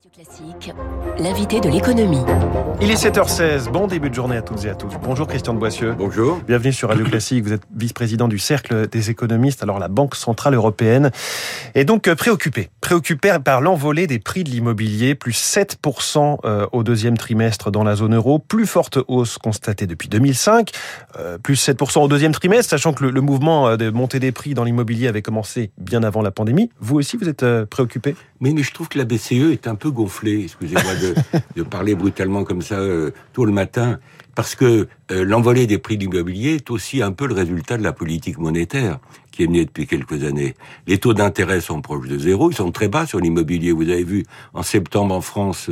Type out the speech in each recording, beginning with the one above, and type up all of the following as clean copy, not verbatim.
Classique, l'invité de l'économie. Il est 7h16, bon début de journée à toutes et à tous. Bonjour Christian de Boissieu. Bonjour. Bienvenue sur Radio Classique, vous êtes vice-président du Cercle des économistes, alors la Banque Centrale Européenne. Et donc préoccupé par l'envolée des prix de l'immobilier, plus 7% au deuxième trimestre dans la zone euro, plus forte hausse constatée depuis 2005, plus 7% au deuxième trimestre, sachant que le mouvement de montée des prix dans l'immobilier avait commencé bien avant la pandémie. Vous aussi, vous êtes préoccupé ? Mais je trouve que la BCE est un peu gonflée, excusez-moi de parler brutalement comme ça tôt le matin, parce que l'envolée des prix de l'immobilier est aussi un peu le résultat de la politique monétaire qui est menée depuis quelques années. Les taux d'intérêt sont proches de zéro, ils sont très bas sur l'immobilier. Vous avez vu en septembre en France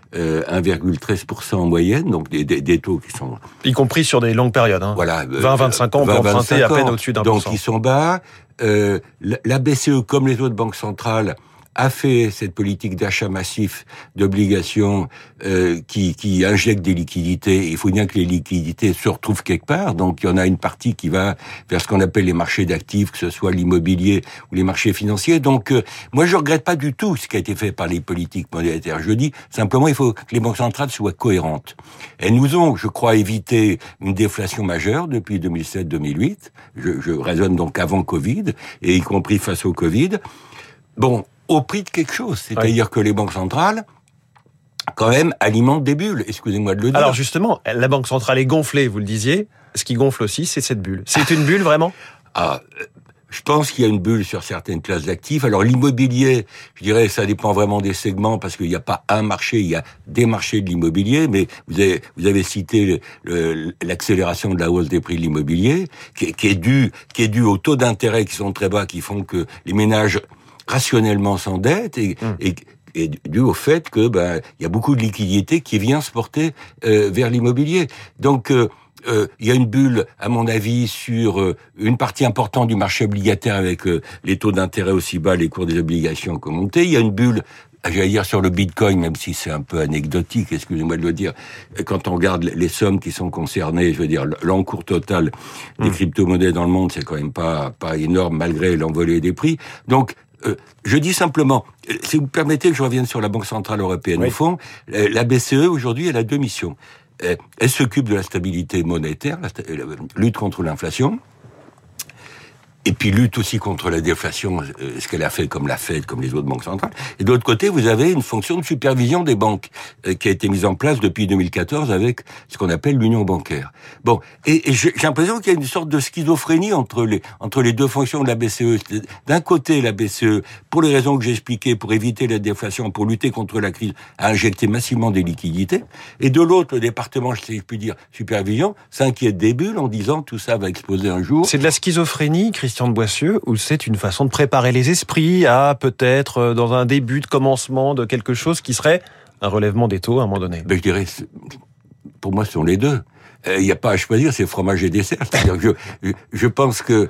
1,13% en moyenne, donc des taux qui sont... Y compris sur des longues périodes. Voilà, 20-25 ans, on peut emprunter à peine au-dessus d'1%. Donc ils sont bas. La BCE, comme les autres banques centrales, a fait cette politique d'achat massif d'obligations qui injecte des liquidités. Il faut bien que les liquidités se retrouvent quelque part. Donc, il y en a une partie qui va vers ce qu'on appelle les marchés d'actifs, que ce soit l'immobilier ou les marchés financiers. Donc, moi, je regrette pas du tout ce qui a été fait par les politiques monétaires. Je dis simplement, il faut que les banques centrales soient cohérentes. Elles nous ont, je crois, évité une déflation majeure depuis 2007-2008. Je raisonne donc avant Covid, et y compris face au Covid. Bon, au prix de quelque chose. C'est-à-dire que les banques centrales, quand même, alimentent des bulles. Excusez-moi de le dire. Alors justement, la banque centrale est gonflée, vous le disiez. Ce qui gonfle aussi, c'est cette bulle. C'est une bulle, vraiment ? Je pense qu'il y a une bulle sur certaines classes d'actifs. Alors l'immobilier, je dirais, ça dépend vraiment des segments, parce qu'il n'y a pas un marché, il y a des marchés de l'immobilier. Mais vous avez cité l'accélération de la hausse des prix de l'immobilier, qui est due aux taux d'intérêt qui sont très bas, qui font que les ménages rationnellement s'endettent et dû au fait que il y a beaucoup de liquidités qui vient se porter vers l'immobilier. Donc il y a une bulle, à mon avis, sur une partie importante du marché obligataire avec les taux d'intérêt aussi bas, les cours des obligations qui ont monté. Il y a une bulle, j'allais dire, sur le Bitcoin, même si c'est un peu anecdotique, excusez-moi de le dire, quand on regarde les sommes qui sont concernées, je veux dire, l'encours total des crypto-monnaies dans le monde, c'est quand même pas énorme malgré l'envolée des prix. Donc, je dis simplement, si vous permettez que je revienne sur la Banque Centrale Européenne, oui. Au fond, la BCE, aujourd'hui, elle a deux missions. Elle s'occupe de la stabilité monétaire, la lutte contre l'inflation, et puis lutte aussi contre la déflation, ce qu'elle a fait comme la Fed, comme les autres banques centrales. Et de l'autre côté, vous avez une fonction de supervision des banques qui a été mise en place depuis 2014 avec ce qu'on appelle l'union bancaire. Bon, et j'ai l'impression qu'il y a une sorte de schizophrénie entre les deux fonctions de la BCE. D'un côté, la BCE, pour les raisons que j'ai expliquées, pour éviter la déflation, pour lutter contre la crise, a injecté massivement des liquidités. Et de l'autre, le département, si je puis dire, supervision, s'inquiète des bulles en disant tout ça va exploser un jour. C'est de la schizophrénie, Christian de Boissieu, ou c'est une façon de préparer les esprits à peut-être dans un début de commencement de quelque chose qui serait un relèvement des taux à un moment donné? Je dirais, pour moi, ce sont les deux. Il n'y a pas à choisir, c'est fromage et dessert. C'est-à-dire que je pense que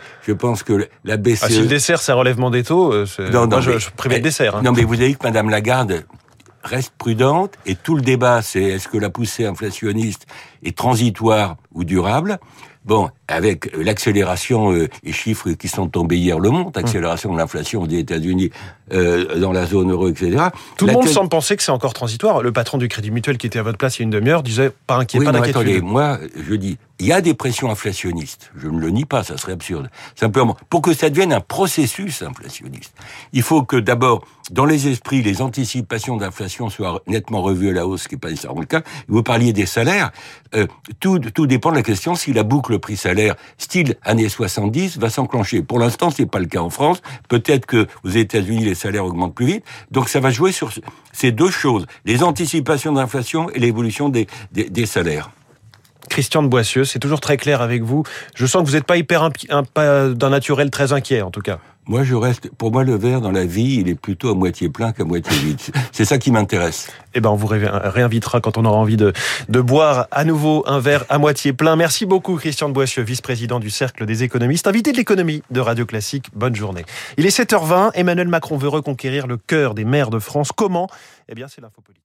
la BCE... si le dessert, c'est un relèvement des taux, je préfère le dessert. Non, mais vous avez vu que Madame Lagarde reste prudente, et tout le débat, c'est est-ce que la poussée inflationniste est transitoire ou durable? Bon, avec l'accélération, les chiffres qui sont tombés hier le montrent, accélération de l'inflation des États-Unis dans la zone euro, etc. Tout le monde semble penser que c'est encore transitoire. Le patron du Crédit Mutuel qui était à votre place il y a une demi-heure disait pas d'inquiétude. Attendez, moi, je dis, il y a des pressions inflationnistes. Je ne le nie pas, ça serait absurde. Simplement, pour que ça devienne un processus inflationniste, il faut que d'abord, dans les esprits, les anticipations d'inflation soient nettement revues à la hausse, ce qui n'est pas nécessairement le cas. Vous parliez des salaires. Tout dépend de la question si la boucle prix-salaire style années 70 va s'enclencher. Pour l'instant, c'est pas le cas en France. Peut-être que aux États-Unis, les salaires augmentent plus vite. Donc, ça va jouer sur ces deux choses. Les anticipations d'inflation et l'évolution des salaires. Christian de Boissieu, c'est toujours très clair avec vous. Je sens que vous n'êtes pas pas d'un naturel très inquiet, en tout cas. Moi, pour moi, le verre dans la vie, il est plutôt à moitié plein qu'à moitié vide. C'est ça qui m'intéresse. On vous réinvitera quand on aura envie de boire à nouveau un verre à moitié plein. Merci beaucoup, Christian de Boissieu, vice-président du Cercle des économistes, invité de l'économie de Radio Classique. Bonne journée. Il est 7h20. Emmanuel Macron veut reconquérir le cœur des maires de France. Comment ? C'est l'info politique.